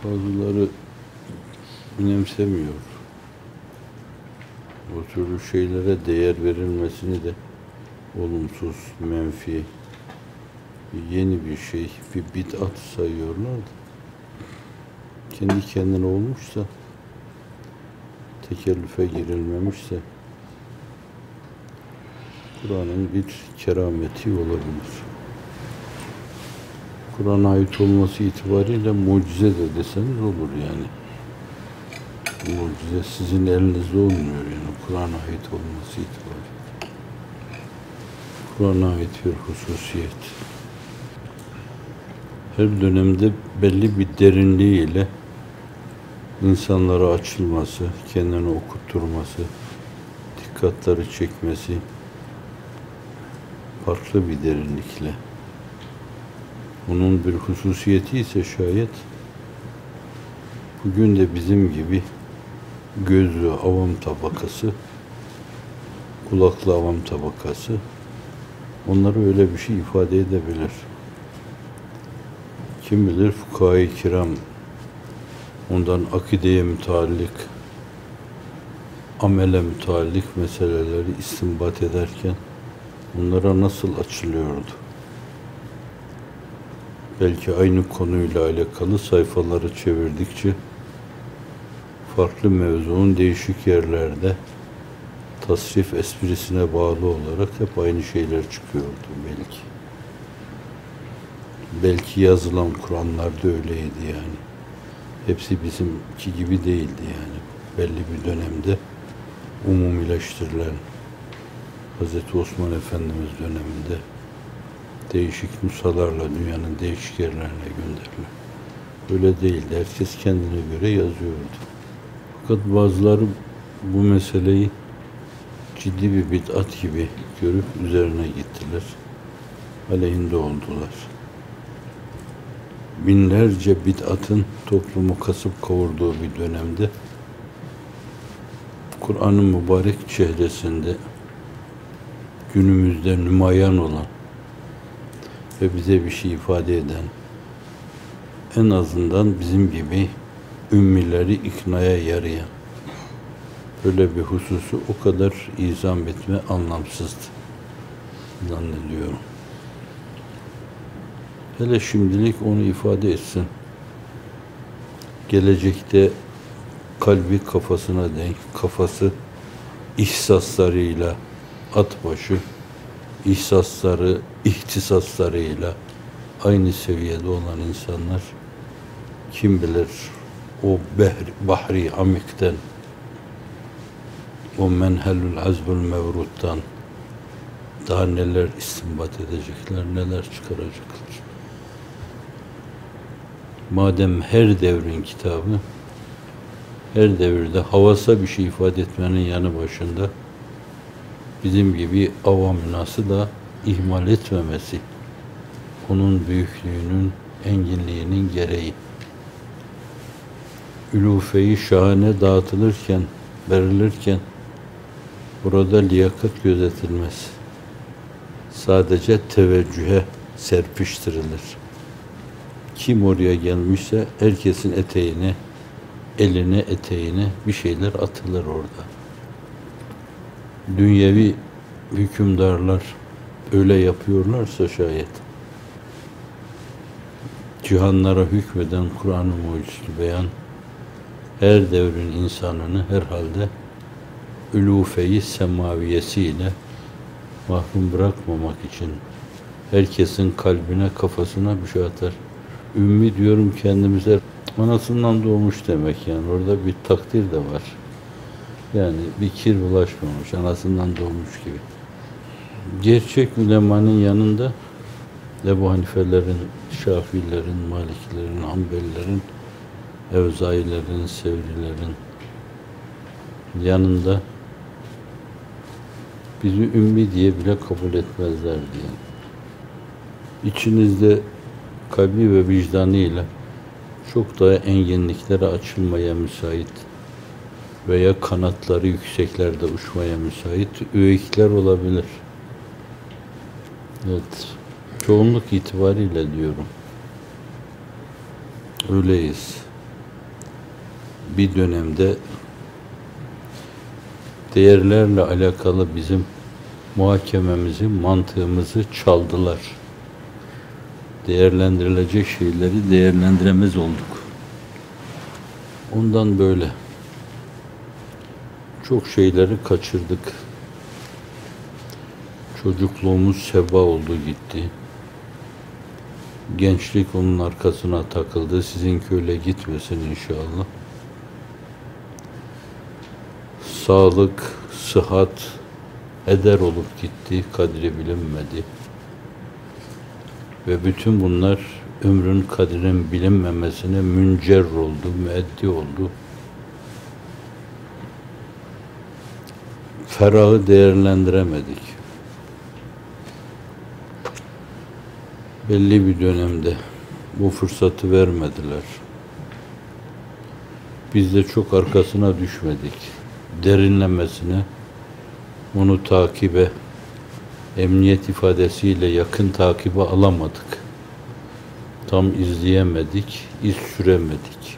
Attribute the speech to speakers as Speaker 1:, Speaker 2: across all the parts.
Speaker 1: Bazıları önemsemiyor. O türlü şeylere değer verilmesini de olumsuz, menfi, yeni bir şey, bir bid'at sayıyorlar da kendi kendine olmuşsa, tekellüfe girilmemişse Kur'an'ın bir kerameti olabilir. Kur'an'a ait olması itibariyle mucize de deseniz olur yani. Mucize sizin elinizde olmuyor yani Kur'an'a ait olması itibariyle. Kur'an'a ait bir hususiyet. Her dönemde belli bir derinliğiyle insanlara açılması, kendini okutturması, dikkatleri çekmesi farklı bir derinlikle. Onun bir hususiyeti ise şayet bugün de bizim gibi gözlü avam tabakası, kulaklı avam tabakası onları öyle bir şey ifade edebilir. Kim bilir fukaha-i kiram ondan akideye müteallik, amele müteallik meseleleri istinbat ederken onlara nasıl açılıyordu? Belki aynı konuyla alakalı sayfaları çevirdikçe farklı mevzuun değişik yerlerde tasrif esprisine bağlı olarak hep aynı şeyler çıkıyordu belki. Belki yazılan Kur'anlar da öyleydi yani. Hepsi bizimki gibi değildi yani. Belli bir dönemde umumileştirilen Hz. Osman Efendimiz döneminde değişik nüshalarla dünyanın değişik yerlerine gönderilen. Öyle değildi. Herkes kendine göre yazıyordu. Fakat bazıları bu meseleyi ciddi bir bid'at gibi görüp üzerine gittiler. Aleyhinde oldular. Binlerce bid'atın toplumu kasıp kavurduğu bir dönemde Kur'an'ın mübarek çehresinde günümüzde nümayan olan ve bize bir şey ifade eden, en azından bizim gibi ümmileri iknaya yarayan böyle bir hususu o kadar izah etme anlamsızdı zannediyorum. Hele şimdilik onu ifade etsin. Gelecekte kalbi kafasına denk, kafası ihsaslarıyla at başı, ihsasları, ihtisaslarıyla aynı seviyede olan insanlar kim bilir o bahri amikten, o menhelül azbül mevruttan daha neler istinbat edecekler, neler çıkaracaklar. Madem her devrin kitabı, her devirde havasa bir şey ifade etmenin yanı başında bizim gibi avamınası da ihmal etmemesi, onun büyüklüğünün, enginliğinin gereği. Ülufe-i şahane dağıtılırken, verilirken burada liyakat gözetilmez. Sadece teveccühe serpiştirilir. Kim oraya gelmişse herkesin eteğine, eline, eteğine bir şeyler atılır orada. Dünyevi hükümdarlar öyle yapıyorlarsa şayet, cihanlara hükmeden Kur'an-ı Mucizül Beyan her devrin insanını herhalde ülufe-i semaviyesiyle mahrum bırakmamak için herkesin kalbine, kafasına bir şey atar. Ümmi diyorum kendimize, anasından doğmuş demek yani. Orada bir takdir de var. Yani bir kir bulaşmamış, anasından doğmuş gibi. Gerçek ulemanın yanında Ebu Hanifelerin, Şafiilerin, Malikilerin, Hanbelilerin, Evzailerin, Sevrilerin yanında bizi ümmi diye bile kabul etmezler diye. İçinizde kalbi ve vicdanıyla çok daha enginliklere açılmaya müsait veya kanatları yükseklerde uçmaya müsait öğütler olabilir. Evet, çoğunluk itibariyle diyorum. Öyleyiz. bir dönemde değerlerle alakalı bizim muhakememizi, mantığımızı çaldılar. Değerlendirilecek şeyleri değerlendiremez olduk. Ondan böyle çok şeyleri kaçırdık. Çocukluğumuz seba oldu gitti. Gençlik onun arkasına takıldı. Sizinki öyle gitmesin inşallah. Sağlık, sıhhat heder olup gitti, kadri bilinmedi. Ve bütün bunlar ömrün kadrinin bilinmemesine müncer oldu, müeddi oldu. Ferahı değerlendiremedik. Belli bir dönemde bu fırsatı vermediler. Biz de çok arkasına düşmedik. Derinlemesine onu takibe, emniyet ifadesiyle yakın takibe alamadık. Tam izleyemedik, iz süremedik.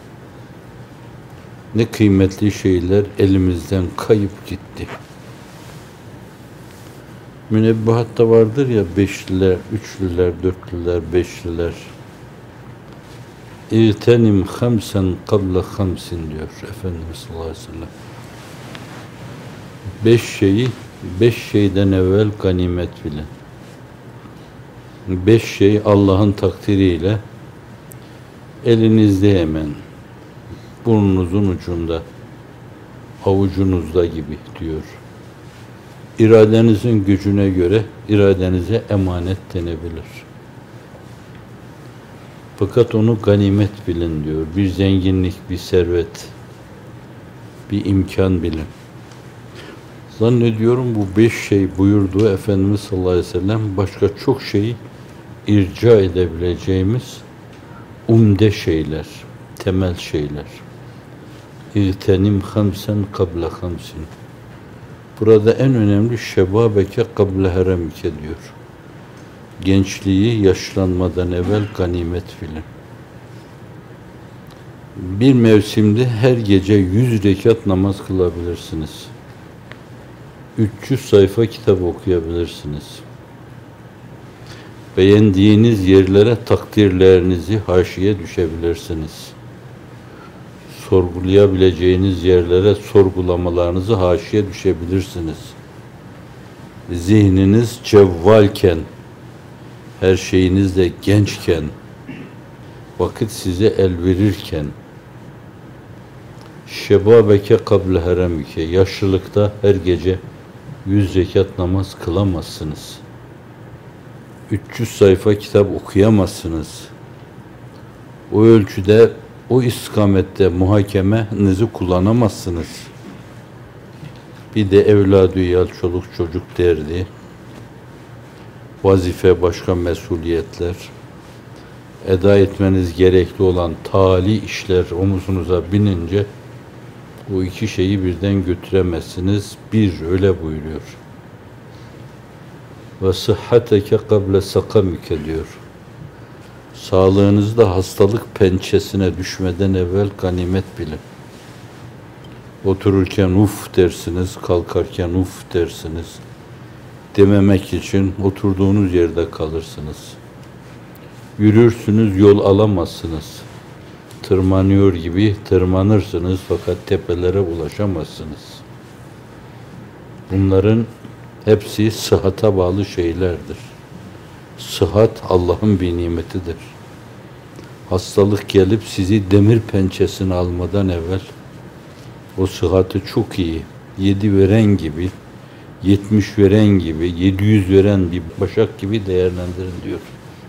Speaker 1: Ne kıymetli şeyler elimizden kayıp gitti. Münebbahatta vardır ya beşliler, üçlüler, dörtlüler, beşliler. İğtenim hamsen kabla hamsin diyor Efendimiz sallallahu aleyhi ve sellem. Beş şeyden evvel ganimet bilin. Beş şey Allah'ın takdiriyle elinizde hemen, burnunuzun ucunda, avucunuzda gibi diyor. İradenizin gücüne göre iradenize emanet denebilir. Fakat onu ganimet bilin diyor. Bir zenginlik, bir servet, bir imkan bilin. Zannediyorum bu beş şey buyurduğu Efendimiz sallallahu aleyhi ve sellem başka çok şeyi irca edebileceğimiz umde şeyler, temel şeyler. İğtenim hamsen kabla hamsin. Burada en önemli şebabeke kabla heremike diyor. Gençliği yaşlanmadan evvel ganimet bilin. Bir mevsimde her gece 100 rekat namaz kılabilirsiniz. 300 sayfa kitap okuyabilirsiniz. Beğendiğiniz yerlere takdirlerinizi haşiye düşebilirsiniz. Sorgulayabileceğiniz yerlere sorgulamalarınızı haşiye düşebilirsiniz. Zihniniz cevvalken, her şeyiniz de gençken, vakit size el verirken, şebabeke kable heremike, yaşlılıkta her gece 100 rekat namaz kılamazsınız. 300 sayfa kitap okuyamazsınız. O ölçüde, o istikamette muhakemenizi kullanamazsınız. Bir de evladı yal, çoluk çocuk derdi, vazife, başka mesuliyetler, eda etmeniz gerekli olan tali işler omuzunuza binince o iki şeyi birden götüremezsiniz. Bir, öyle buyuruyor. Ve sıhhateke kable sakamike diyor. Sağlığınızda hastalık pençesine düşmeden evvel ganimet bilin. Otururken uf dersiniz, kalkarken uf dersiniz. Dememek için oturduğunuz yerde kalırsınız. Yürürsünüz, yol alamazsınız. Tırmanıyor gibi tırmanırsınız fakat tepelere ulaşamazsınız. Bunların hepsi sıhhata bağlı şeylerdir. Sıhhat Allah'ın bir nimetidir. Hastalık gelip sizi demir pençesine almadan evvel o sıhhatı çok iyi, 7 veren gibi, 70 veren gibi, 700 veren bir başak gibi değerlendirin diyor.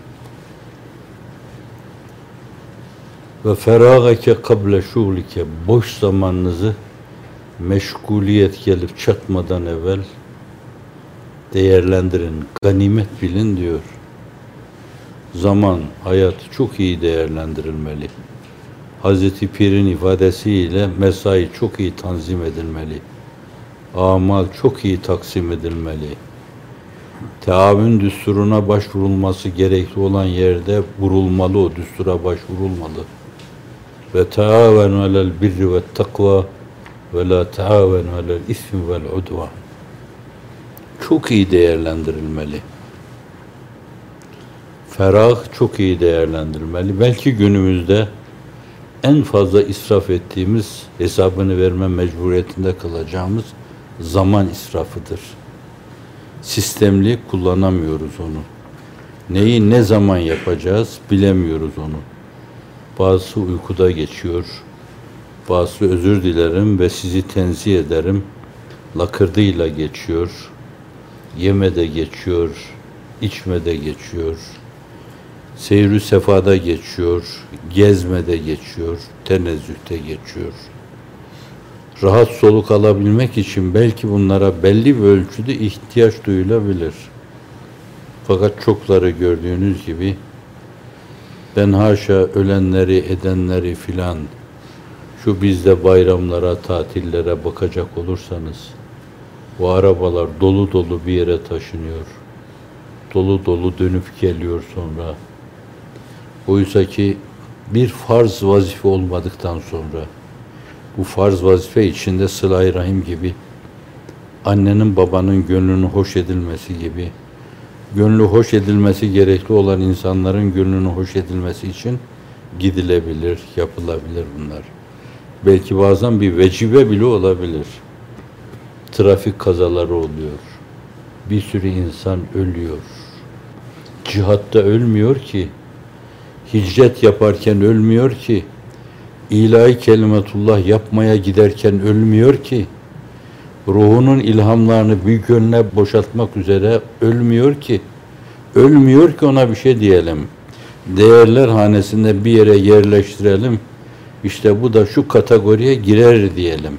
Speaker 1: Ve feragake kable şuglike, boş zamanınızı meşguliyet gelip çatmadan evvel değerlendirin, ganimet bilin diyor. Zaman, hayat çok iyi değerlendirilmeli. Hazreti Pir'in ifadesiyle mesai çok iyi tanzim edilmeli. Amal çok iyi taksim edilmeli. Teavün düsturuna başvurulması gerekli olan yerde vurulmalı, o düstura başvurulmalı. ve taavenu alel birri ve takva ve la taavenu alel ismi vel udvan. Çok iyi değerlendirilmeli. Ferah çok iyi değerlendirilmeli. Belki günümüzde en fazla israf ettiğimiz, hesabını verme mecburiyetinde kalacağımız zaman israfıdır. Sistemli kullanamıyoruz onu. Neyi ne zaman yapacağız bilemiyoruz onu. Bazısı uykuda geçiyor, bazısı özür dilerim ve sizi tenzih ederim, lakırdıyla geçiyor, yemede geçiyor, içmede geçiyor, seyr-ü sefada geçiyor, gezmede geçiyor, tenezzühte geçiyor. Rahat soluk alabilmek için belki bunlara belli bir ölçüde ihtiyaç duyulabilir. Fakat çokları gördüğünüz gibi ben haşa ölenleri, edenleri filan, şu bizde bayramlara, tatillere bakacak olursanız, o arabalar dolu dolu bir yere taşınıyor. Dolu dolu dönüp geliyor sonra. Oysa ki bir farz vazife olmadıktan sonra, bu farz vazife içinde sıla-i rahim gibi, annenin babanın gönlünün hoş edilmesi gibi, gönlü hoş edilmesi gerekli olan insanların gönlünün hoş edilmesi için gidilebilir, yapılabilir bunlar. Belki bazen bir vecibe bile olabilir. Trafik kazaları oluyor. Bir sürü insan ölüyor. Cihatta ölmüyor ki, hicret yaparken ölmüyor ki, ilahi kelimetullah yapmaya giderken ölmüyor ki, ruhunun ilhamlarını bir gönle boşaltmak üzere ölmüyor ki, ona bir şey diyelim. Değerler hanesinde bir yere yerleştirelim, işte bu da şu kategoriye girer diyelim.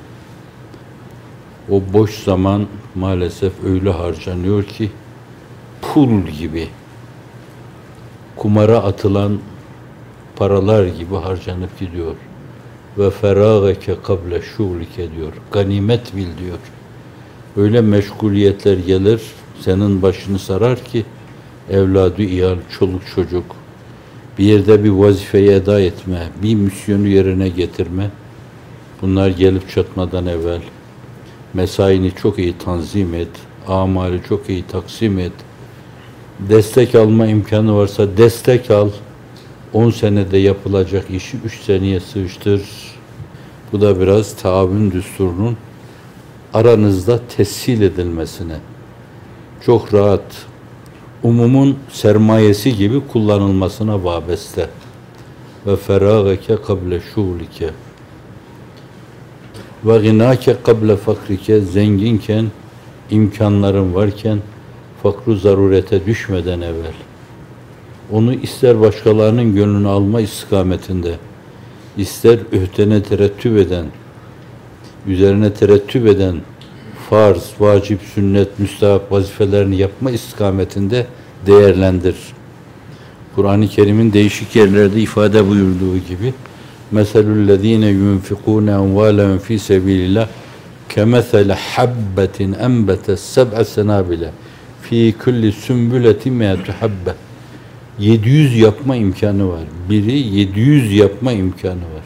Speaker 1: O boş zaman maalesef öyle harcanıyor ki, pul gibi, kumara atılan paralar gibi harcanıp gidiyor. Ve ferâgeke kable şûlike diyor. Ganimet bil diyor. Öyle meşguliyetler gelir, senin başını sarar ki, evladı, iyal, çoluk çocuk, bir yerde bir vazifeyi eda etme, bir misyonu yerine getirme. Bunlar gelip çatmadan evvel mesaini çok iyi tanzim et, amali çok iyi taksim et. Destek alma imkanı varsa destek al. 10 senede yapılacak işi 3 seneye sığıştır. Bu da biraz taavün düsturunun aranızda tescil edilmesine, çok rahat, umumun sermayesi gibi kullanılmasına vabeste. Ve ferâgeke kable şûlike ve gınâke kable fakrike, zenginken, imkanların varken, fakru zarurete düşmeden evvel, onu ister başkalarının gönlünü alma istikametinde, ister öhdene terettüp eden, üzerine terettüp eden farz, vacip, sünnet, müstahap vazifelerini yapma istikametinde değerlendir. Kur'an-ı Kerim'in değişik yerlerde ifade buyurduğu gibi meselüllezine yunfikûne envâlen fî sebîlillah kemesele habbetin enbetes seb'e senâbile fî kulli sümbületin me'etü habbe. 700 yapma imkanı var. Biri 700 yapma imkanı var.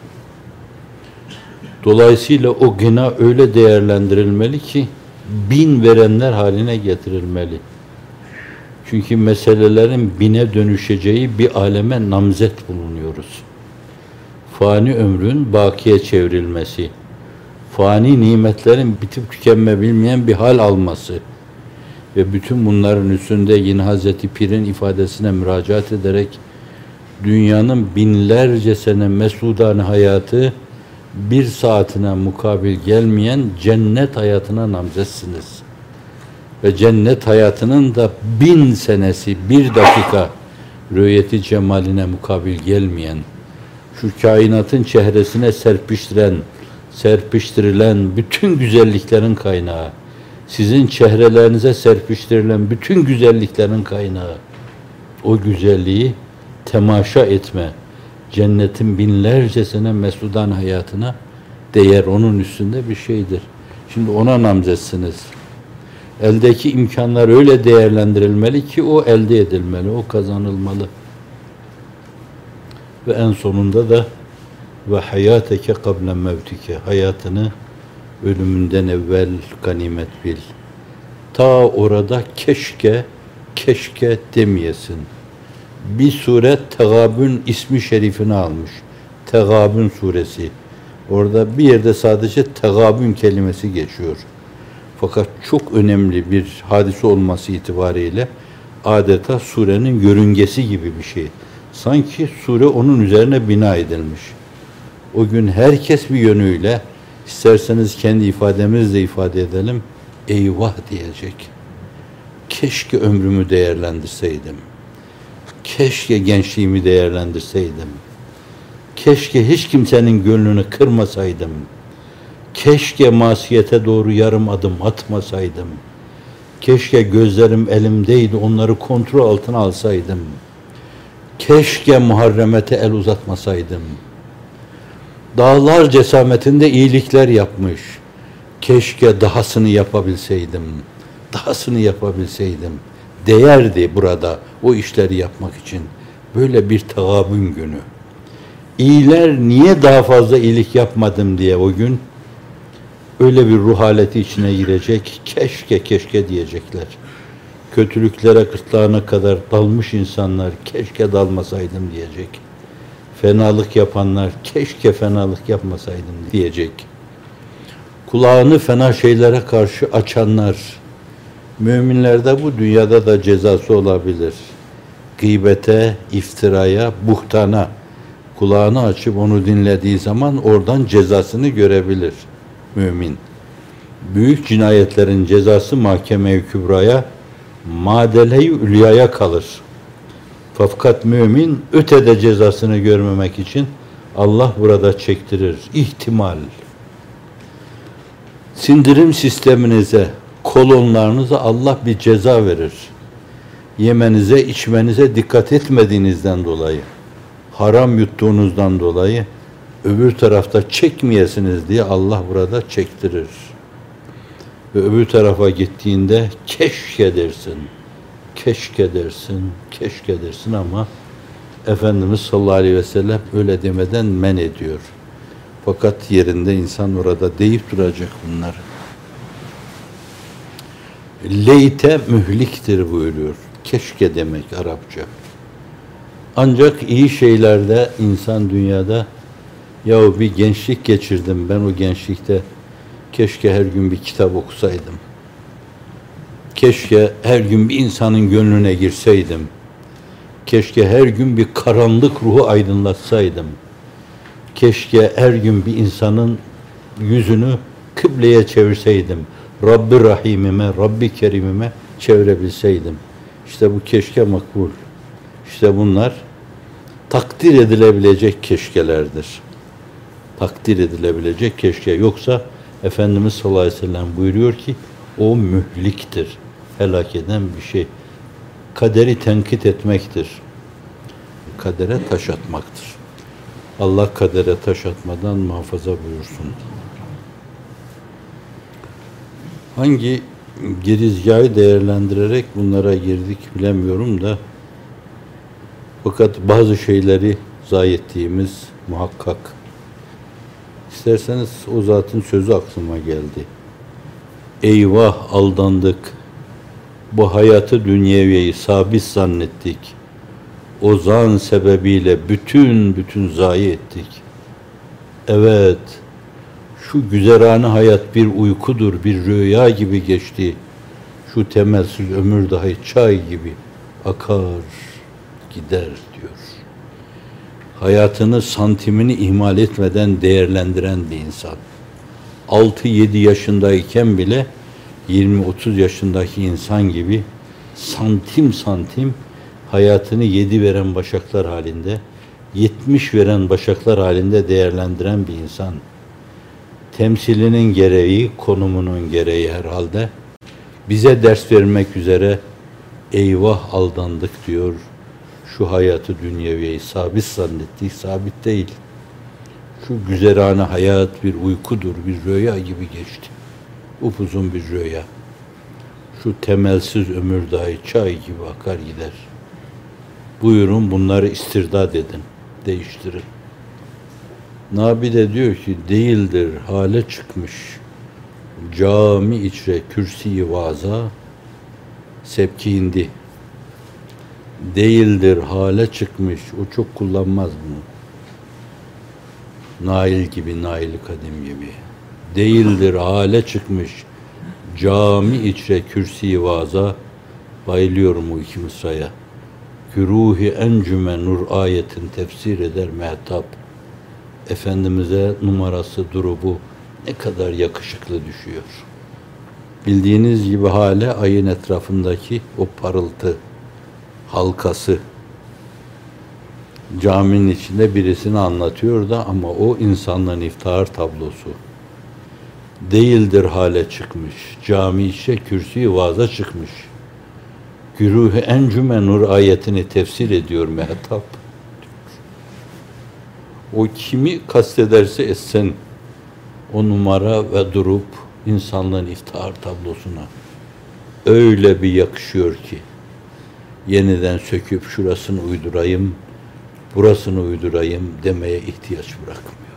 Speaker 1: Dolayısıyla o gına öyle değerlendirilmeli ki 1000 verenler haline getirilmeli. Çünkü meselelerin 1000'e dönüşeceği bir aleme namzet bulunuyoruz. Fani ömrün bakiye çevrilmesi, fani nimetlerin bitip tükenme bilmeyen bir hal alması ve bütün bunların üstünde yine Hazreti Pir'in ifadesine müracaat ederek dünyanın binlerce sene mesudane hayatı bir saatine mukabil gelmeyen cennet hayatına namzetsiniz. Ve cennet hayatının da 1000 senesi, bir dakika rüyeti cemaline mukabil gelmeyen, şu kainatın çehresine serpiştirilen bütün güzelliklerin kaynağı, sizin çehrelerinize serpiştirilen bütün güzelliklerin kaynağı, o güzelliği temaşa etme, cennetin binlerce sene mesudan hayatına değer onun üstünde bir şeydir. Şimdi ona namzetsiniz. Eldeki imkanlar öyle değerlendirilmeli ki o elde edilmeli, o kazanılmalı. Ve en sonunda da ve hayateke kable mevtike. Hayatını ölümünden evvel ganimet bil. Ta orada keşke demeyesin. Bir sure Tegabün ismi şerifini almış. Tegabün suresi. Orada bir yerde sadece Tegabün kelimesi geçiyor. Fakat çok önemli bir hadise olması itibariyle adeta surenin yörüngesi gibi bir şey. Sanki sure onun üzerine bina edilmiş. O gün herkes bir yönüyle, isterseniz kendi ifademizle ifade edelim, eyvah diyecek. Keşke ömrümü değerlendirseydim. Keşke gençliğimi değerlendirseydim. Keşke hiç kimsenin gönlünü kırmasaydım. Keşke masiyete doğru yarım adım atmasaydım. Keşke gözlerim elimdeydi, onları kontrol altına alsaydım. Keşke muharremete el uzatmasaydım. Dağlar cesametinde iyilikler yapmış. Keşke dahasını yapabilseydim. Dahasını yapabilseydim. Değerdi burada o işleri yapmak için. Böyle bir Tegabün günü. İyiler niye daha fazla iyilik yapmadım diye o gün öyle bir ruh haleti içine girecek. Keşke diyecekler. Kötülüklere gırtlağına kadar dalmış insanlar keşke dalmasaydım diyecek. Fenalık yapanlar keşke fenalık yapmasaydım diyecek. Kulağını fena şeylere karşı açanlar, müminlerde bu dünyada da cezası olabilir. Gıybete, iftiraya, buhtana kulağını açıp onu dinlediği zaman oradan cezasını görebilir mümin. Büyük cinayetlerin cezası mahkeme-i kübraya, madele-i ülyaya kalır. Fakat mümin ötede cezasını görmemek için Allah burada çektirir. İhtimal. Sindirim sisteminize, kolonlarınıza Allah bir ceza verir. Yemenize, içmenize dikkat etmediğinizden dolayı, haram yuttuğunuzdan dolayı öbür tarafta çekmeyesiniz diye Allah burada çektirir. Ve öbür tarafa gittiğinde keşke dersin. Keşke dersin ama Efendimiz sallallahu aleyhi ve sellem öyle demeden men ediyor. Fakat yerinde insan orada deyip duracak bunlar. Leyte mühliktir buyuruyor. Keşke demek Arapça. Ancak iyi şeylerde insan dünyada yahu bir gençlik geçirdim ben o gençlikte keşke her gün bir kitap okusaydım. Keşke her gün bir insanın gönlüne girseydim. Keşke her gün bir karanlık ruhu aydınlatsaydım. Keşke her gün bir insanın yüzünü kıbleye çevirseydim. Rabbi Rahimime, Rabbi Kerimime çevirebilseydim. İşte bu keşke makbul. İşte bunlar takdir edilebilecek keşkelerdir. Takdir edilebilecek keşke. Yoksa Efendimiz sallallahu aleyhi ve sellem buyuruyor ki o mühliktir. Helak eden bir şey. Kaderi tenkit etmektir. Kadere taş atmaktır. Allah kadere taş atmadan muhafaza buyursun. Hangi girizgahı değerlendirerek bunlara girdik bilemiyorum da fakat bazı şeyleri zayi ettiğimiz muhakkak. İsterseniz o zatın sözü aklıma geldi. Eyvah aldandık. Bu hayatı dünyeviyeyi sabit zannettik. O zan sebebiyle bütün zayi ettik. Evet, şu güzerane hayat bir uykudur, bir rüya gibi geçti. Şu temelsiz ömür dahi çay gibi akar gider diyor. Hayatını santimini ihmal etmeden değerlendiren bir insan. 6-7 yaşındayken bile 20-30 yaşındaki insan gibi santim hayatını 7 veren başaklar halinde, 70 veren başaklar halinde değerlendiren bir insan. Temsilinin gereği, konumunun gereği herhalde bize ders vermek üzere eyvah aldandık diyor. Şu hayatı dünyeviyeyi sabit zannettik, sabit değil. Şu güzerane hayat bir uykudur, bir rüya gibi geçti. Upuzun bir rüya. Şu temelsiz ömür dahi çay gibi akar gider. Buyurun bunları istirdat edin, değiştirin. Nabide diyor ki değildir hale çıkmış cami içre kürsi-i vaza sebki indi. Değildir hale çıkmış. O çok kullanmaz bunu. Nail gibi, Nail Kadim gibi. Değildir hale çıkmış cami içre kürsi-i vaza. Bayılıyorum o iki mısraya. Güruhi encüme nur ayetin tefsir eder mehtap. Efendimiz'e numarası, durubu ne kadar yakışıklı düşüyor. Bildiğiniz gibi hale ayın etrafındaki o parıltı halkası. Caminin içinde birisini anlatıyor da ama o insanların iftihar tablosu. Değildir hale çıkmış. Cami içe kürsü-i vaza çıkmış. Güruh-i encüme nur ayetini tefsir ediyor mehtap. O kimi kastederse etsin o numara ve durup insanlığın iftihar tablosuna öyle bir yakışıyor ki yeniden söküp şurasını uydurayım, burasını uydurayım demeye ihtiyaç bırakmıyor.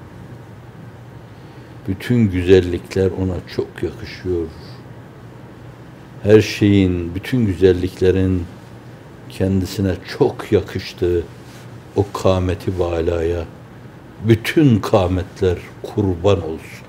Speaker 1: Bütün güzellikler ona çok yakışıyor. Her şeyin, bütün güzelliklerin kendisine çok yakıştığı o kâmeti bâlâya bütün kâmetler kurban olsun.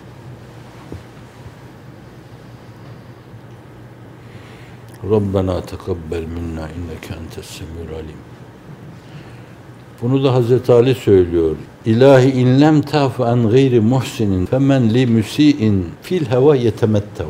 Speaker 1: Rabbena tekabbel minna inneke entes-semî'ul alîm. Bunu da Hazreti Ali söylüyor. İlahi inlem ta'fu an gayri muhsinin femen li musiin fil heva yetemettehu.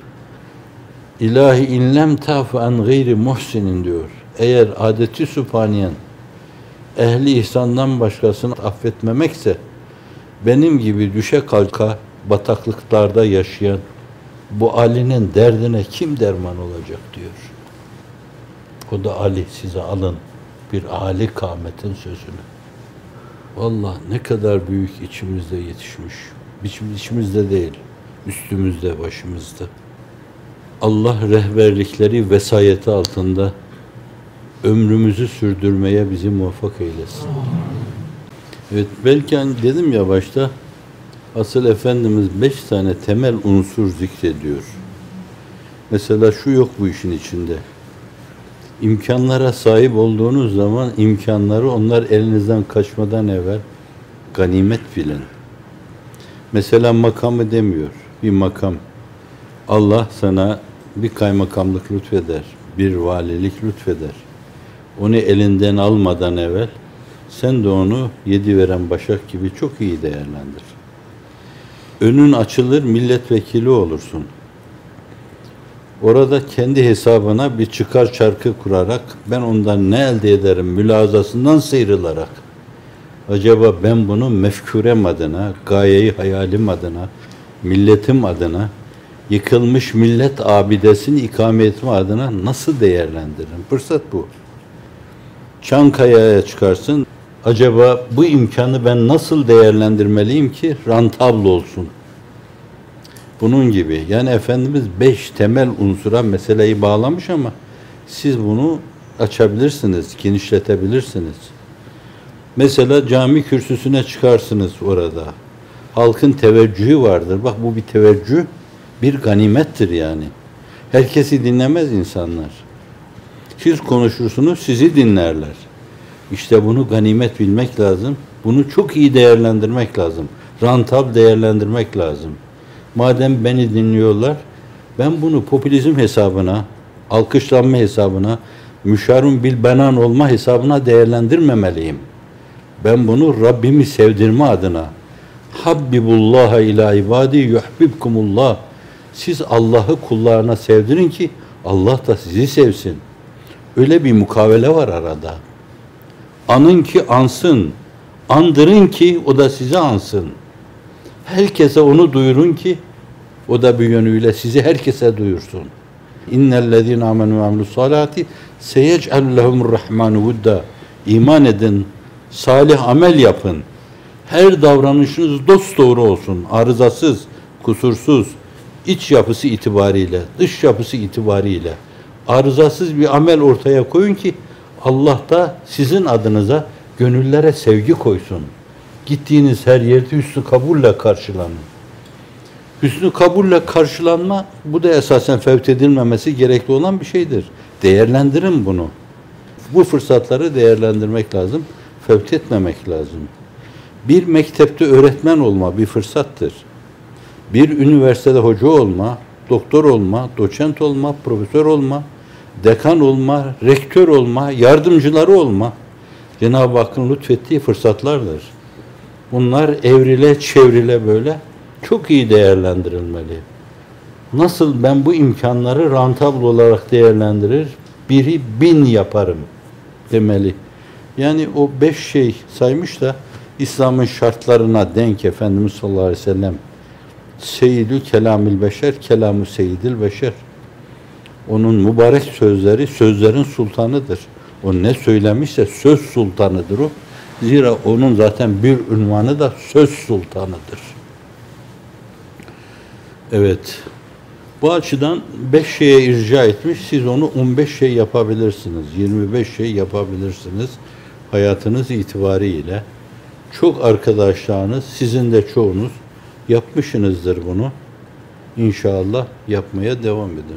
Speaker 1: İlahi inlem ta'fu an gayri muhsinin diyor. Eğer adeti sübhaniyen ehli ihsandan başkasını affetmemekse benim gibi düşe kalka bataklıklarda yaşayan bu Ali'nin derdine kim derman olacak diyor. O da Ali, size alın bir Ali kâmetin sözünü. Vallahi ne kadar büyük içimizde yetişmiş. İçimizde değil, üstümüzde, başımızda. Allah rehberlikleri vesayeti altında ömrümüzü sürdürmeye bizi muvaffak eylesin. Evet, belki hani dedim ya başta, asıl Efendimiz 5 tane temel unsur zikrediyor. Mesela şu yok bu işin içinde. İmkanlara sahip olduğunuz zaman imkanları onlar elinizden kaçmadan evvel ganimet bilin. Mesela makamı demiyor. Bir makam. Allah sana bir kaymakamlık lütfeder, bir valilik lütfeder. Onu elinden almadan evvel sen de onu yedi veren başak gibi çok iyi değerlendir. Önün açılır, milletvekili olursun. Orada kendi hesabına bir çıkar çarkı kurarak ben ondan ne elde ederim mülazasından sıyrılarak acaba ben bunu mefkurem adına, gayeyi hayalim adına, milletim adına, yıkılmış millet abidesini ikame etme adına nasıl değerlendiririm? Fırsat bu. Çankaya'ya çıkarsın. Acaba bu imkanı ben nasıl değerlendirmeliyim ki rantabl olsun? Bunun gibi. Yani Efendimiz 5 temel unsura meseleyi bağlamış ama siz bunu açabilirsiniz, genişletebilirsiniz. Mesela cami kürsüsüne çıkarsınız orada. Halkın teveccühü vardır. Bak bu bir teveccüh, bir ganimettir yani. Herkesi dinlemez insanlar. Siz konuşursunuz, sizi dinlerler. İşte bunu ganimet bilmek lazım. Bunu çok iyi değerlendirmek lazım. Rantab değerlendirmek lazım. Madem beni dinliyorlar, ben bunu popülizm hesabına, alkışlanma hesabına, müşarun bil benan olma hesabına değerlendirmemeliyim. Ben bunu Rabbimi sevdirme adına, Habbibullaha ila ibadi yuhbibkumullah. Siz Allah'ı kullarına sevdirin ki Allah da sizi sevsin. Öyle bir mukavele var arada. Anın ki ansın, andırın ki o da sizi ansın. Herkese onu duyurun ki o da bir yönüyle sizi herkese duyursun. İnnellezîne âmenû ve amilussâlâti seyec'al lehumurrahmânu vudda. İman edin, salih amel yapın. Her davranışınız dosdoğru olsun, arızasız, kusursuz, iç yapısı itibariyle, dış yapısı itibariyle arızasız bir amel ortaya koyun ki Allah da sizin adınıza gönüllere sevgi koysun. Gittiğiniz her yerde hüsnü kabulle karşılanın. Hüsnü kabulle karşılanma, bu da esasen fevt edilmemesi gerekli olan bir şeydir. Değerlendirin bunu. Bu fırsatları değerlendirmek lazım, fevt etmemek lazım. Bir mektepte öğretmen olma bir fırsattır. Bir üniversitede hoca olma, doktor olma, doçent olma, profesör olma, dekan olma, rektör olma, yardımcıları olma, Cenab-ı Hakk'ın lütfettiği fırsatlardır. Bunlar evrile çevrile böyle çok iyi değerlendirilmeli. Nasıl ben bu imkanları rentable olarak değerlendirir, biri 1000 yaparım demeli. Yani o 5 şey saymış da İslam'ın şartlarına denk Efendimiz sallallahu aleyhi ve sellem Seyyidü kelamil beşer, kelamü seyyidil beşer. Onun mübarek sözleri sözlerin sultanıdır. O ne söylemişse söz sultanıdır o. Zira onun zaten bir ünvanı da söz sultanıdır. Evet. Bu açıdan 5 şeye irca etmiş. Siz onu 15 şey yapabilirsiniz. 25 şey yapabilirsiniz. Hayatınız itibariyle. Çok arkadaşlarınız, sizin de çoğunuz yapmışsınızdır bunu. İnşallah yapmaya devam edin.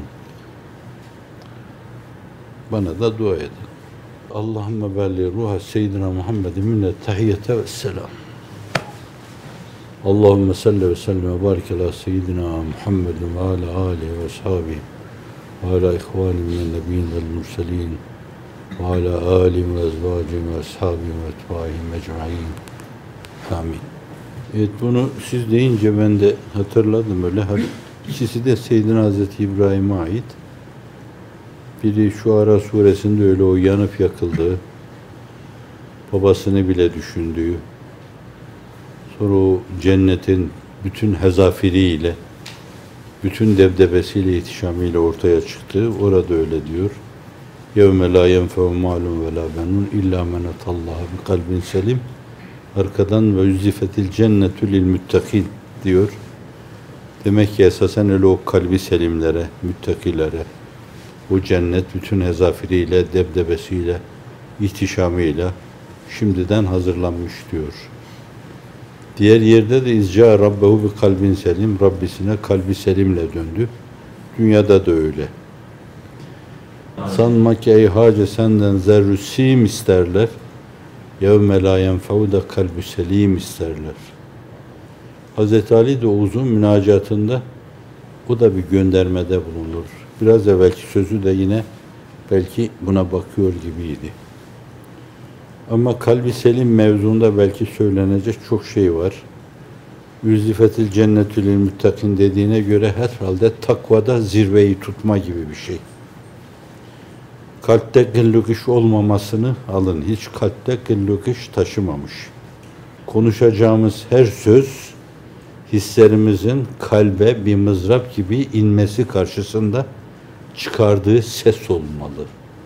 Speaker 1: Bana da dua edin. Allahümme belli ruha seyyidina Muhammedin minnet tahiyyete ve selam. Allahümme salli ve sellem ve barik ala seyyidina Muhammedin ve ala alihi ve ashabihi ve ala ihvani minen nebiyyin vel murselin ve ala alihi ve ezvacihim ve ashabihi ve etbaihim ecmaîn. Amin. Evet, bunu siz deyince ben de hatırladım öyle. İkisi de Seyyidina Hazreti İbrahim'e ait. Biri şu Ara suresinde öyle o yanıp yakıldığı, babasını bile düşündüğü, sonra o cennetin bütün hezafiriyle, bütün debdebesiyle, ihtişamıyla ortaya çıktığı, orada öyle diyor. يَوْمَ لَا يَنْفَوْ مَالٌ وَلَا بَنُونَ اِلَّا مَنَ تَاللّٰهَ بِقَلْبٍ سَلِيمٍ. Arkadan ve yüzifetil cennetü lil müttakin diyor. Demek ki esasen öyle o kalbi selimlere, müttakilere, o cennet bütün hezafiriyle, debdebesiyle, ihtişamıyla şimdiden hazırlanmış diyor. Diğer yerde de izca rabbehu bi kalbin selim, Rabbisine kalbi selimle döndü. Dünyada da öyle. Sanma ki ey hacı senden zerrü sim isterler. يَوْمَ لَا يَنْفَوْ da kalbü selim isterler. Hz. Ali de o uzun münacatında o da bir göndermede bulunur. Biraz evvelki sözü de yine belki buna bakıyor gibiydi. Ama kalbi selim mevzunda belki söylenecek çok şey var. Yüzifetil cennetül müttakin dediğine göre herhalde takvada zirveyi tutma gibi bir şey. Kalpte gılluk iş olmamasını alın. Hiç kalpte gılluk iş taşımamış. Konuşacağımız her söz hislerimizin kalbe bir mızrap gibi inmesi karşısında çıkardığı ses olmalı.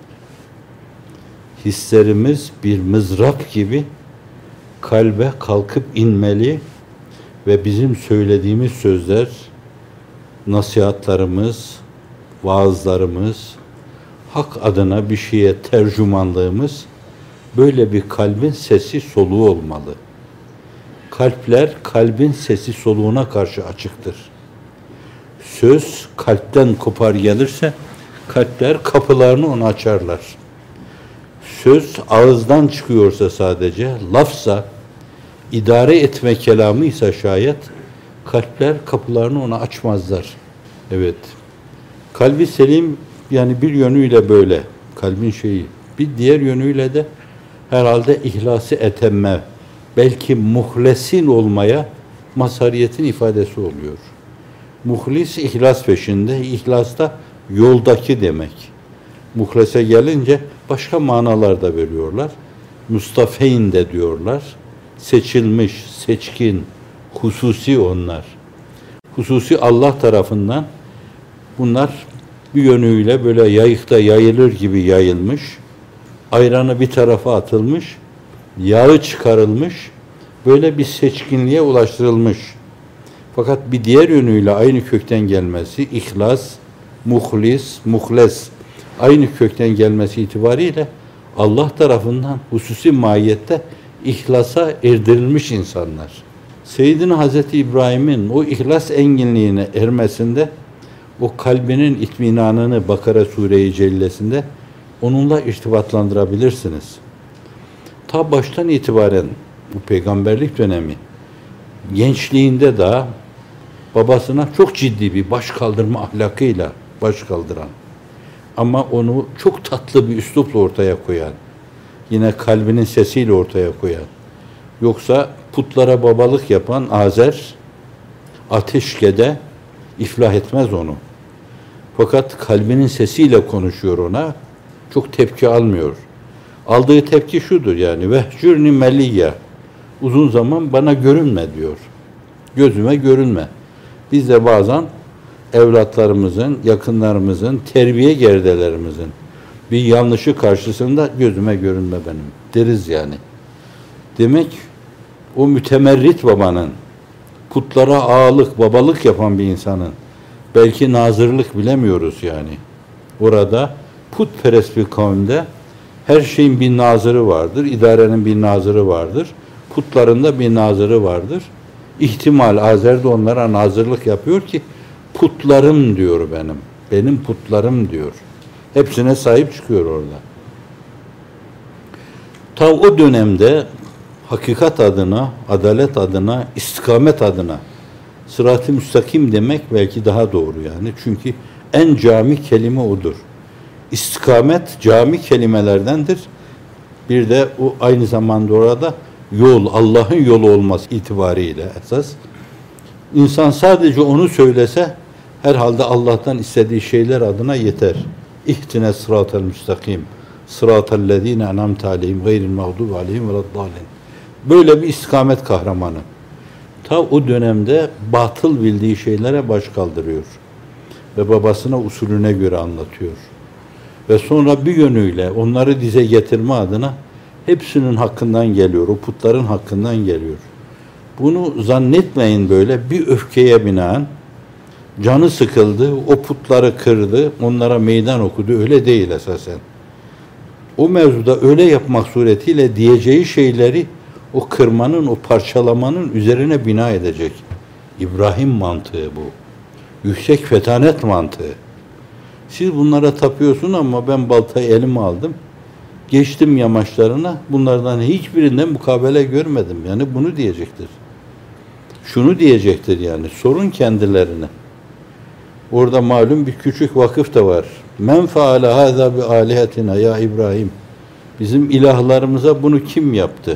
Speaker 1: Hislerimiz bir mızrap gibi kalbe kalkıp inmeli ve bizim söylediğimiz sözler, nasihatlarımız, vaazlarımız, hak adına bir şeye tercümanlığımız böyle bir kalbin sesi soluğu olmalı. Kalpler kalbin sesi soluğuna karşı açıktır. Söz kalpten kopar gelirse kalpler kapılarını ona açarlar. Söz ağızdan çıkıyorsa sadece, lafsa, idare etme kelamıysa şayet, kalpler kapılarını ona açmazlar. Evet. Kalbi selim yani bir yönüyle böyle, kalbin şeyi. Bir diğer yönüyle de herhalde ihlası etemme, belki muhlesin olmaya mazhariyetin ifadesi oluyor. Muhlis ihlas peşinde, ihlas da yoldaki demek. Muhlese gelince başka manalar da veriyorlar. Mustafeyn de diyorlar. Seçilmiş, seçkin, hususi onlar. Hususi Allah tarafından bunlar bir yönüyle böyle yayıkta yayılır gibi yayılmış. Ayranı bir tarafa atılmış, yağı çıkarılmış, böyle bir seçkinliğe ulaştırılmış. Fakat bir diğer yönüyle aynı kökten gelmesi, ihlas, muhlis, muhles, aynı kökten gelmesi itibariyle Allah tarafından hususi mahiyette İhlasa erdirilmiş insanlar. Seyyidina Hazreti İbrahim'in o ihlas enginliğine ermesinde, o kalbinin itminanını Bakara Sure-i Cellesi'nde onunla irtibatlandırabilirsiniz. Ta baştan itibaren bu peygamberlik dönemi, gençliğinde de babasına çok ciddi bir baş kaldırma ahlakıyla baş kaldıran ama onu çok tatlı bir üslupla ortaya koyan, yine kalbinin sesiyle ortaya koyan, yoksa putlara babalık yapan Azer, ateşkede iflah etmez onu. Fakat kalbinin sesiyle konuşuyor ona, çok tepki almıyor. Aldığı tepki şudur yani, vehcürni meliyye, uzun zaman bana görünme diyor. Gözüme görünme. Biz de bazen evlatlarımızın, yakınlarımızın, terbiye gerdelerimizin bir yanlışı karşısında gözüme görünme benim deriz yani. Demek o mütemerrit babanın, putlara ağalık, babalık yapan bir insanın, belki nazırlık bilemiyoruz yani. Orada putperest bir kavimde her şeyin bir nazırı vardır, idarenin bir nazırı vardır, putların da bir nazırı vardır. İhtimal Azer de onlara nazırlık yapıyor ki putlarım diyor benim. Benim putlarım diyor. Hepsine sahip çıkıyor orada. Ta o dönemde hakikat adına, adalet adına, istikamet adına sırat-ı müstakim demek belki daha doğru yani. Çünkü en cami kelime odur. İstikamet cami kelimelerdendir. Bir de o aynı zamanda orada yol, Allah'ın yolu olması itibariyle esas. İnsan sadece onu söylese herhalde Allah'tan istediği şeyler adına yeter. İhtine sıratel müstakim, sıratellezine en'amte aleyhim gayril mağdubi aleyhim veleddallin. Böyle bir istikamet kahramanı. Ta o dönemde batıl bildiği şeylere baş kaldırıyor. Ve babasına usulüne göre anlatıyor. Ve sonra bir yönüyle onları dize getirme adına hepsinin hakkından geliyor. O putların hakkından geliyor. Bunu zannetmeyin böyle bir öfkeye binaen canı sıkıldı, o putları kırdı, onlara meydan okudu. Öyle değil esasen. O mevzuda öyle yapmak suretiyle diyeceği şeyleri o kırmanın, o parçalamanın üzerine bina edecek. İbrahim mantığı bu. Yüksek fetanet mantığı. Siz bunlara tapıyorsun ama ben baltayı elime aldım. Geçtim yamaçlarına. Bunlardan hiçbirinden mukabele görmedim. Yani bunu diyecektir. Şunu diyecektir yani. Sorun kendilerine. Orada malum bir küçük vakıf da var. Men faale hâzâ bi âlihetina ya İbrahim. Bizim ilahlarımıza bunu kim yaptı?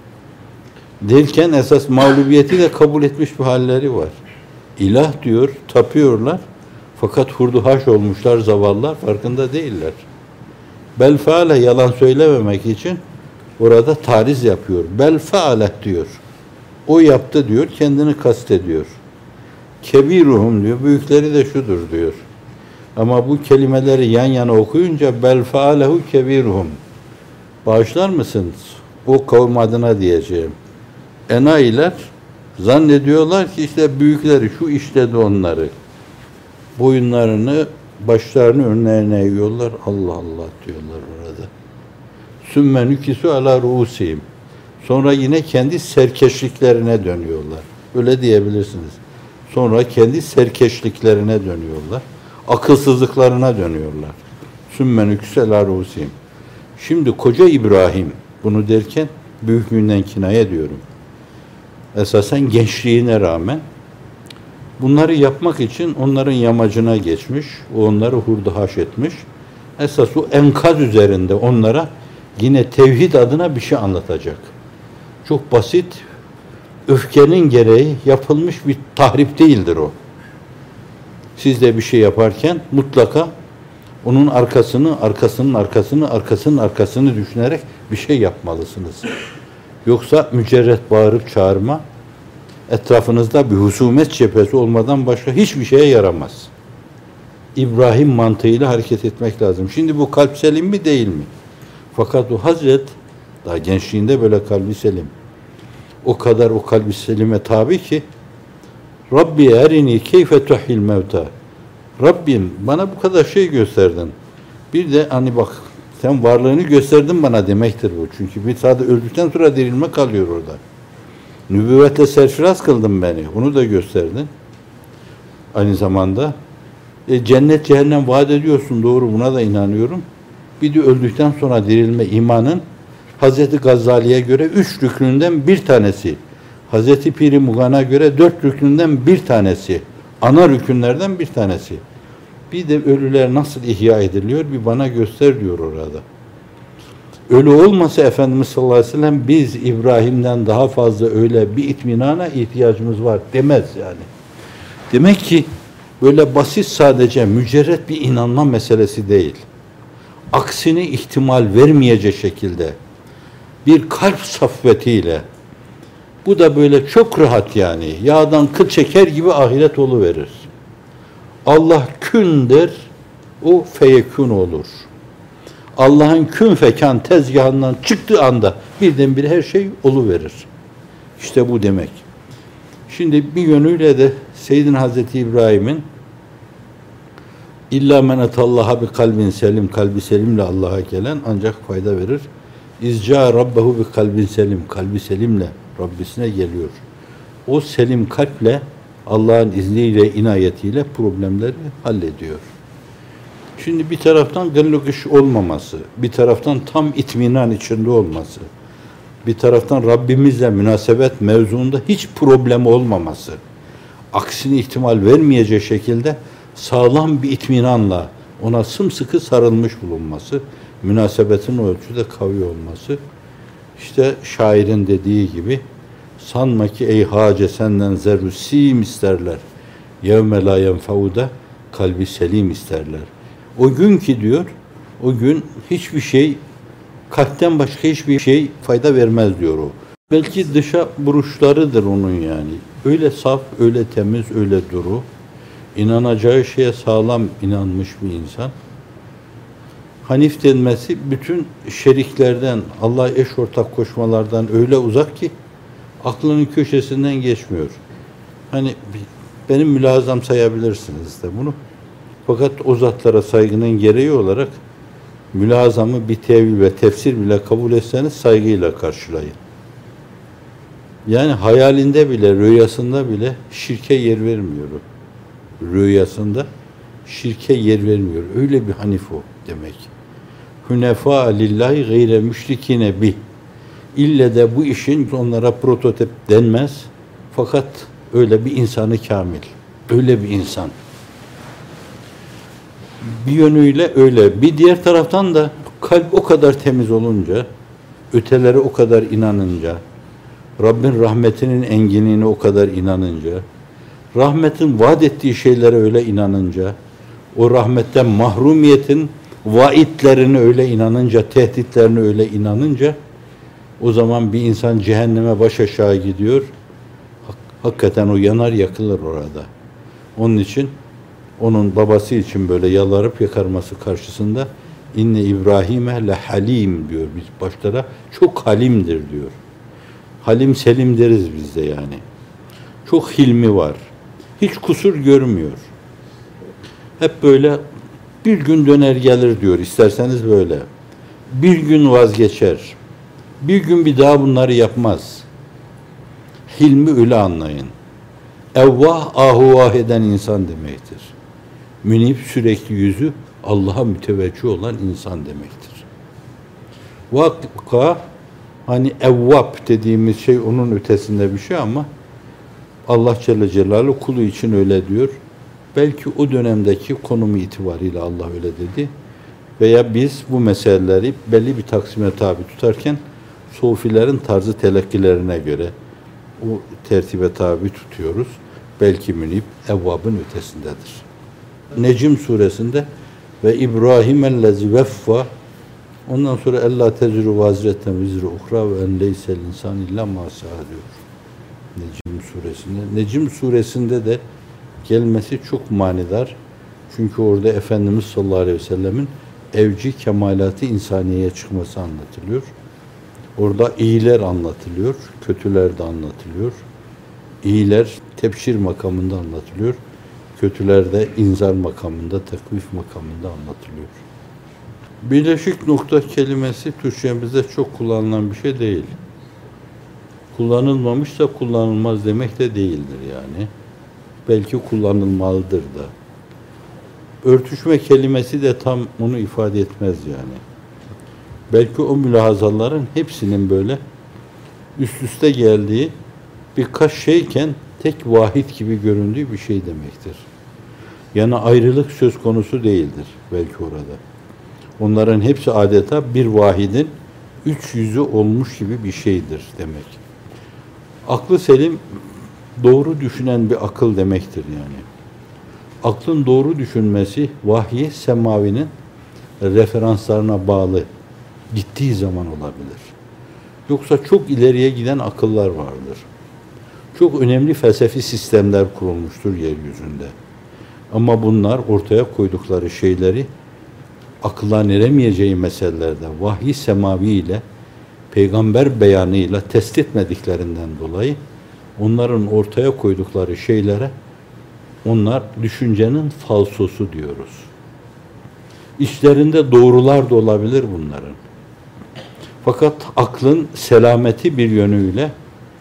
Speaker 1: Derken esas mağlubiyeti de kabul etmiş bir halleri var. İlah diyor, tapıyorlar. Fakat hurduhaş olmuşlar, zavallılar, farkında değiller. Bel faale yalan söylememek için orada tariz yapıyor. Bel faale diyor. O yaptı diyor, kendini kastediyor. Kebiruhum diyor, büyükleri de şudur diyor. Ama bu kelimeleri yan yana okuyunca bel faalehu kebiruhum. Bağışlar mısınız? O kavim adına diyeceğim. Enayiler zannediyorlar ki işte büyükleri şu işledi onları. Boyunlarını, başlarını önlerine eğiyorlar. Allah Allah diyorlar orada. Sümme nükisu ala ruusihim. Sonra yine kendi serkeşliklerine dönüyorlar. Öyle diyebilirsiniz. Sonra kendi serkeşliklerine dönüyorlar. Akılsızlıklarına dönüyorlar. Sümme nükisu ala ruusihim. Şimdi koca İbrahim bunu derken büyüklüğünden kinaya diyorum. Esasen gençliğine rağmen bunları yapmak için onların yamacına geçmiş, onları hurdahaş etmiş. Esas o enkaz üzerinde onlara yine tevhid adına bir şey anlatacak. Çok basit, öfkenin gereği yapılmış bir tahrip değildir o. Siz de bir şey yaparken mutlaka onun arkasını düşünerek bir şey yapmalısınız. Yoksa mücerret bağırıp çağırma, etrafınızda bir husumet cephesi olmadan başka hiçbir şeye yaramaz. İbrahim mantığıyla hareket etmek lazım. Şimdi bu kalp selim mi değil mi? Fakat o Hazret daha gençliğinde böyle kalbi selim. O kadar o kalbi selime tabi ki Rabbi erini keyfe tuhil mevta. Rabbim bana bu kadar şey gösterdin. Bir de hani bak Sen varlığını gösterdin bana demektir bu. Çünkü bir sadece öldükten sonra dirilme kalıyor orada. Nübüvvetle serfiraz kıldın beni. Onu da gösterdin. Aynı zamanda cennet cehennem vaat ediyorsun. Doğru, buna da inanıyorum. Bir de öldükten sonra dirilme imanın Hazreti Gazali'ye göre 3 rüknünden bir tanesi. Hazreti Piri Mugan'a göre 4 rüknünden bir tanesi. Ana rükünlerden bir tanesi. Bir de ölüler nasıl ihya ediliyor bir bana göster diyor orada. Ölü olmasa Efendimiz sallallahu aleyhi ve sellem biz İbrahim'den daha fazla öyle bir itminana ihtiyacımız var demez yani. Demek ki böyle basit sadece mücerret bir inanma meselesi değil. Aksini ihtimal vermeyecek şekilde bir kalp saffetiyle bu da böyle çok rahat yani yağdan kıl çeker gibi ahiret oluverir. Allah kün der, o feyekün olur. Allah'ın kün fekan tezgahından çıktığı anda birdenbire her şey oluverir. İşte bu demek. Şimdi bir yönüyle de Seyyidina Hazreti İbrahim'in İlla men etallaha bi kalbin selim, kalbi selimle Allah'a gelen ancak fayda verir. İzca rabbehu bi kalbin selim, kalbi selimle Rabbisine geliyor. O selim kalple Allah'ın izniyle, inayetiyle problemleri hallediyor. Şimdi bir taraftan gıllıkış olmaması, bir taraftan tam itminan içinde olması, bir taraftan Rabbimizle münasebet mevzuunda hiç problem olmaması, aksini ihtimal vermeyecek şekilde sağlam bir itminanla ona sımsıkı sarılmış bulunması, münasebetin ölçüde kavi olması, işte şairin dediği gibi sanma ki ey hace senden zerru sim isterler. Yevme la yenfauda kalbi selim isterler. O gün ki diyor, o gün hiçbir şey kalpten başka hiçbir şey fayda vermez diyor o. Belki dışa vuruşlarıdır onun yani. Öyle saf, öyle temiz, öyle duru. İnanacağı şeye sağlam inanmış bir insan. Hanif denmesi bütün şeriklerden, Allah'a eş ortak koşmalardan öyle uzak ki aklının köşesinden geçmiyor. Hani benim mülazam sayabilirsiniz de bunu. Fakat o zatlara saygının gereği olarak mülazamı bir tevil ve tefsir bile kabul etseniz saygıyla karşılayın. Yani hayalinde bile, rüyasında bile şirke yer vermiyor. Rüyasında şirke yer vermiyor. Öyle bir hanif o demek. Hünefa lillahi gayre müşrikine bih. İlle de bu işin onlara prototip denmez. Fakat öyle bir insanı kamil. Öyle bir insan. Bir yönüyle öyle. Bir diğer taraftan da kalp o kadar temiz olunca, ötelere o kadar inanınca, Rabbin rahmetinin enginliğine o kadar inanınca, rahmetin vaat ettiği şeylere öyle inanınca, o rahmetten mahrumiyetin vaidlerine öyle inanınca, tehditlerine öyle inanınca, o zaman bir insan cehenneme baş aşağı gidiyor. Hakikaten o yanar yakılır orada. Onun için onun babası için böyle yalvarıp yakarması karşısında inne İbrahim'e le halim diyor biz başlara. Çok halimdir diyor. Halim selim deriz biz de yani. Çok hilmi var. Hiç kusur görmüyor. Hep böyle bir gün döner gelir diyor. İsterseniz böyle. Bir gün vazgeçer. Bir gün bir daha bunları yapmaz. Hilmi öyle anlayın. Evvah ahuvah eden insan demektir. Münip sürekli yüzü Allah'a müteveccih olan insan demektir. Vakka hani evvab dediğimiz şey onun ötesinde bir şey ama Allah Celle Celaluhu kulu için öyle diyor. Belki o dönemdeki konumu itibariyle Allah öyle dedi. Veya biz bu meseleleri belli bir taksime tabi tutarken Sufilerin tarzı telakkilerine göre o tertibe tabi tutuyoruz. Belki münib evvabın ötesindedir. Necm suresinde ve İbrahim ellezi veffa ondan sonra ella teziru vazireten vizru uhra ve en leysel insan illa ma sa'a diyor. Necm suresinde. Necm suresinde de gelmesi çok manidar. Çünkü orada Efendimiz sallallahu aleyhi ve sellemin evci kemalatı insaniyeye çıkması anlatılıyor. Orada iyiler anlatılıyor, kötüler de anlatılıyor. İyiler tebşir makamında anlatılıyor. Kötüler de inzar makamında, tekvif makamında anlatılıyor. Birleşik nokta kelimesi Türkçemizde çok kullanılan bir şey değil. Kullanılmamışsa kullanılmaz demek de değildir yani. Belki kullanılmalıdır da. Örtüşme kelimesi de tam onu ifade etmez yani. Belki o mülahazaların hepsinin böyle üst üste geldiği birkaç şeyken tek vahid gibi göründüğü bir şey demektir. Yani ayrılık söz konusu değildir belki orada. Onların hepsi adeta bir vahidin üç yüzü olmuş gibi bir şeydir demek. Aklı selim doğru düşünen bir akıl demektir yani. Aklın doğru düşünmesi vahyi semavinin referanslarına bağlı gittiği zaman olabilir. Yoksa çok ileriye giden akıllar vardır. Çok önemli felsefi sistemler kurulmuştur yeryüzünde. Ama bunlar ortaya koydukları şeyleri akılların eremeyeceği meselelerde vahiy semavi ile peygamber beyanıyla test etmediklerinden dolayı onların ortaya koydukları şeylere onlar düşüncenin falsosu diyoruz. İçlerinde doğrular da olabilir bunların. Fakat aklın selameti bir yönüyle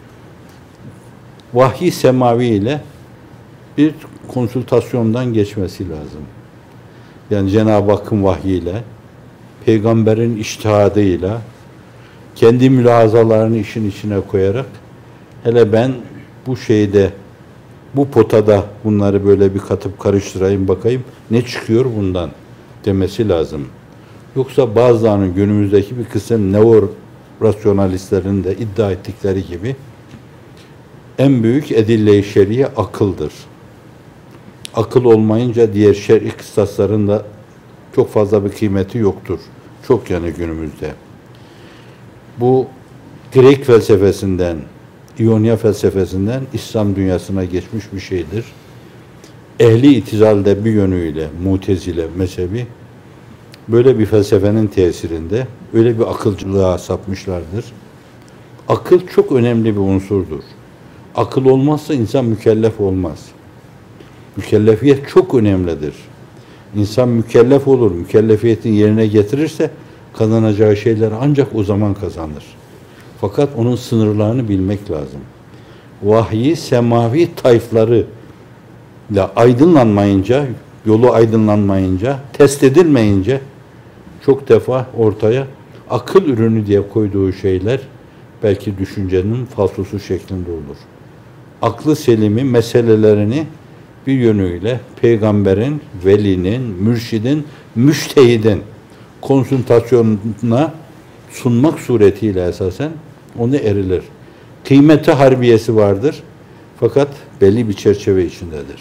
Speaker 1: vahiy semavi ile bir konsültasyondan geçmesi lazım. Yani Cenab-ı Hakk'ın vahyiyle, peygamberin içtihadıyla, kendi mülahazalarını işin içine koyarak, hele ben bu şeyde, bu potada bunları böyle bir katıp karıştırayım bakayım, ne çıkıyor bundan demesi lazım. Yoksa bazılarının günümüzdeki bir kısım neo-rasyonalistlerin de iddia ettikleri gibi en büyük edille-i şer'iye akıldır. Akıl olmayınca diğer şer'i kıstasların da çok fazla bir kıymeti yoktur. Çok yani günümüzde. Bu Grek felsefesinden, İonya felsefesinden İslam dünyasına geçmiş bir şeydir. Ehli itizalde bir yönüyle Mutezile mezhebi böyle bir felsefenin tesirinde öyle bir akılcılığa sapmışlardır. Akıl çok önemli bir unsurdur. Akıl olmazsa insan mükellef olmaz. Mükellefiyet çok önemlidir. İnsan mükellef olur, mükellefiyetini yerine getirirse kazanacağı şeyler ancak o zaman kazanır. Fakat onun sınırlarını bilmek lazım. Vahyi semavi tayfları ile aydınlanmayınca, yolu aydınlanmayınca, test edilmeyince çok defa ortaya akıl ürünü diye koyduğu şeyler belki düşüncenin falsosu şeklinde olur. Aklı selimi meselelerini bir yönüyle peygamberin, velinin, mürşidin, müştehidin konsültasyonuna sunmak suretiyle esasen onu erilir. Kıymeti harbiyesi vardır fakat belli bir çerçeve içindedir.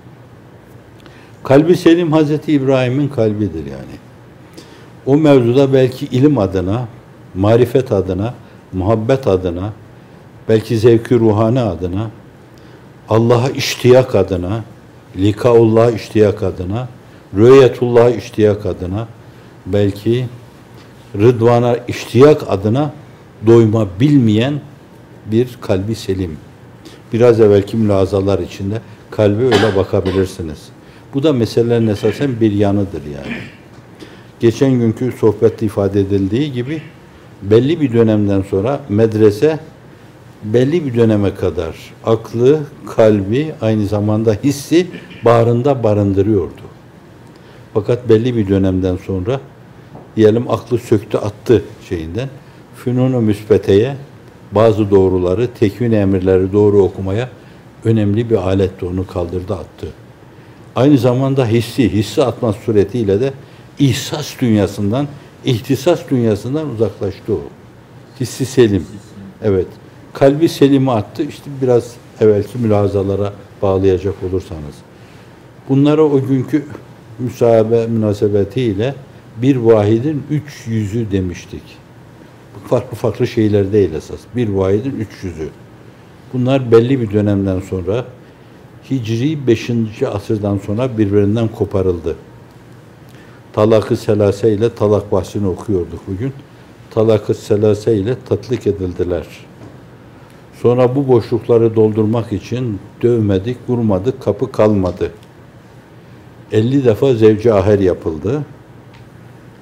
Speaker 1: Kalbi selim Hazreti İbrahim'in kalbidir yani. O mevzuda belki ilim adına, marifet adına, muhabbet adına, belki zevk-i ruhani adına, Allah'a iştiyak adına, likaullah iştiyak adına, rüyetullah iştiyak adına, belki rıdvana iştiyak adına doyma bilmeyen bir kalbi selim. Biraz evvelki mülazalar içinde kalbe öyle bakabilirsiniz. Bu da meselelerin esasen bir yanıdır yani. Geçen günkü sohbette ifade edildiği gibi belli bir dönemden sonra medrese belli bir döneme kadar aklı, kalbi, aynı zamanda hissi bağrında barındırıyordu. Fakat belli bir dönemden sonra diyelim aklı söktü attı şeyinden fünun-u müsbeteye bazı doğruları, tekvin emirleri doğru okumaya önemli bir aletti, onu kaldırdı attı. Aynı zamanda hissi atma suretiyle de ihsas dünyasından, ihtisas dünyasından uzaklaştı o. Hissi selim. Evet. Kalbi selimi attı. İşte biraz evvelki mülahazalara bağlayacak olursanız. Bunlara o günkü münasebetiyle bir vahidin üç yüzü demiştik. Farklı farklı şeyler değil esas. Bir vahidin üç yüzü. Bunlar belli bir dönemden sonra Hicri 5. asırdan sonra birbirinden koparıldı. Talak-ı selase ile talak bahsini okuyorduk bugün. Talak-ı selase ile tatlik edildiler. Sonra bu boşlukları doldurmak için dövmedik, vurmadık, kapı kalmadı. 50 defa zevci aher yapıldı.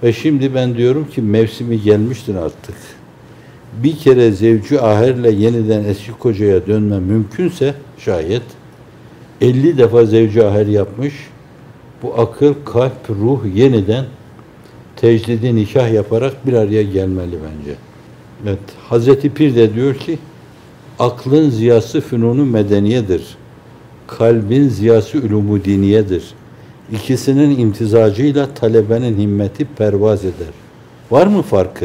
Speaker 1: Ve şimdi ben diyorum ki mevsimi gelmiştir artık. Bir kere zevcü aherle yeniden eski kocaya dönme mümkünse şayet 50 defa zevcü aher yapmış, bu akıl, kalp, ruh yeniden tecdidi nikah yaparak bir araya gelmeli bence. Evet, Hazreti Pir de diyor ki, aklın ziyası fünunu medeniyedir. Kalbin ziyası ulumu diniyedir. İkisinin imtizacıyla talebenin himmeti pervaz eder. Var mı farkı?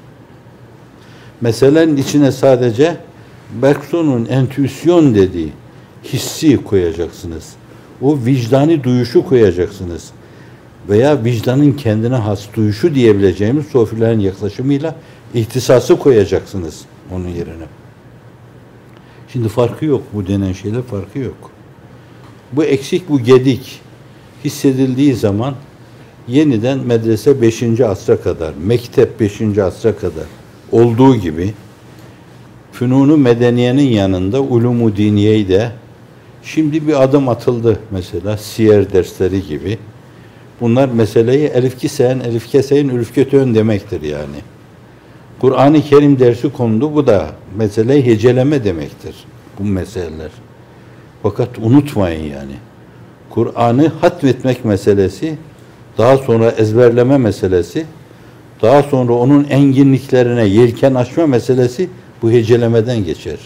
Speaker 1: Meselenin içine sadece Bergson'un entüisyon dediği hissi koyacaksınız. O vicdani duyuşu koyacaksınız. Veya vicdanın kendine has duyuşu diyebileceğimiz sofilerin yaklaşımıyla ihtisası koyacaksınız onun yerine. Şimdi farkı yok. Bu denen şeyler farkı yok. Bu eksik, bu gedik hissedildiği zaman yeniden medrese 5. asra kadar, mektep 5. asra kadar olduğu gibi fünunu medeniyenin yanında ulumu diniyeyi de şimdi bir adım atıldı mesela siyer dersleri gibi. Bunlar meseleyi elif kisen, elif keseyin, ülf kötüön demektir yani. Kur'an-ı Kerim dersi kondu, bu da meseleyi heceleme demektir bu meseleler. Fakat unutmayın yani. Kur'an'ı hatmetmek meselesi, daha sonra ezberleme meselesi, daha sonra onun enginliklerine yelken açma meselesi bu hecelemeden geçer.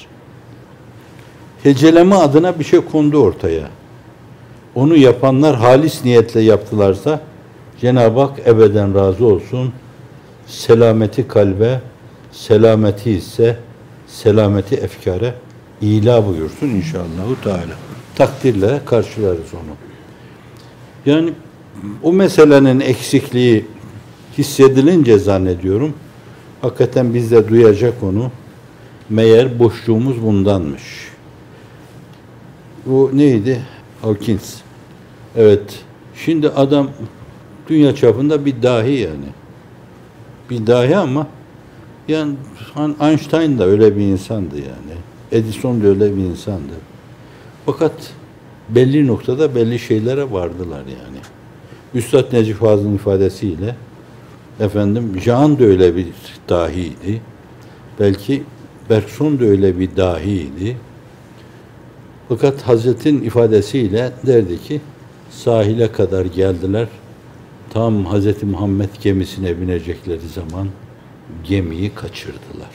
Speaker 1: Heceleme adına bir şey kondu ortaya. Onu yapanlar halis niyetle yaptılarsa Cenab-ı Hak ebeden razı olsun. Selameti kalbe, selameti hisse, selameti efkare ila buyursun inşallahü teala. Takdirle karşılarız onu. Yani o meselenin eksikliği hissedilince zannediyorum, hakikaten biz de duyacak onu. Meğer boşluğumuz bundanmış. O neydi? Hawkins. Evet. Şimdi adam dünya çapında bir dahi yani. Bir dahi ama yani Einstein da öyle bir insandı yani. Edison da öyle bir insandı. Fakat belli noktada belli şeylere vardılar yani. Üstad Necip Fazıl'ın ifadesiyle Jean da öyle bir dahiydi. Belki Bergson da öyle bir dahiydi. Fakat Hazret'in ifadesiyle derdi ki sahile kadar geldiler. Tam Hazreti Muhammed gemisine binecekleri zaman gemiyi kaçırdılar.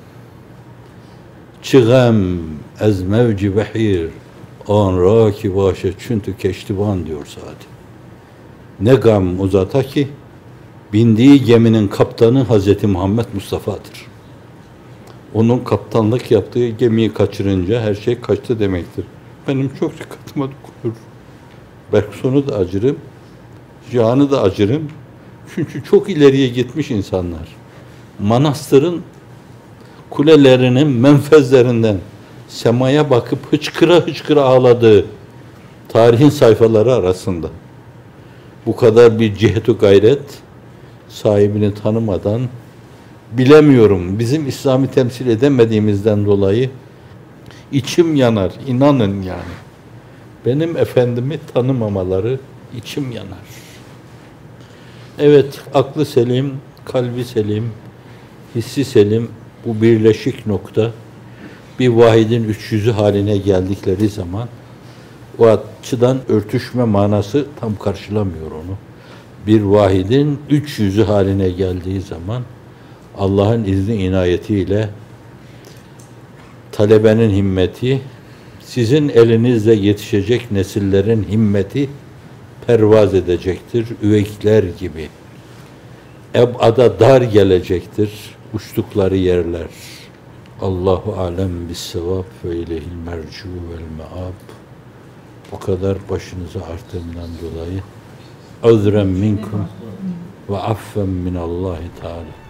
Speaker 1: Çıgam ez mevci behir an raki başe çüntü keştivan diyor zaten. Ne gam uzata ki bindiği geminin kaptanı Hazreti Muhammed Mustafa'dır. Onun kaptanlık yaptığı gemiyi kaçırınca her şey kaçtı demektir. Benim çok dikkatıma dokunur. Bergson'u da acırım, Jean'ı da acırım. Çünkü çok ileriye gitmiş insanlar. Manastırın kulelerinin menfezlerinden semaya bakıp hıçkıra hıçkıra ağladığı tarihin sayfaları arasında. Bu kadar bir cihet-u gayret sahibini tanımadan bilemiyorum. Bizim İslam'ı temsil edemediğimizden dolayı içim yanar. İnanın yani. Benim efendimi tanımamaları içim yanar. Evet, aklı selim, kalbi selim, hissi selim, bu birleşik nokta bir vahidin 300'ü haline geldikleri zaman o açıdan örtüşme manası tam karşılamıyor onu. Bir vahidin 300'ü haline geldiği zaman Allah'ın izni inayetiyle talebenin himmeti, sizin elinizle yetişecek nesillerin himmeti pervaz edecektir, üveyikler gibi. Eb'ada dar gelecektir, uçtukları yerler. Allahu alem bis-sevab ve ileyhil mercu vel meab. Bu kadar başınıza arttığımdan dolayı azren minkum ve affen minallahi teala.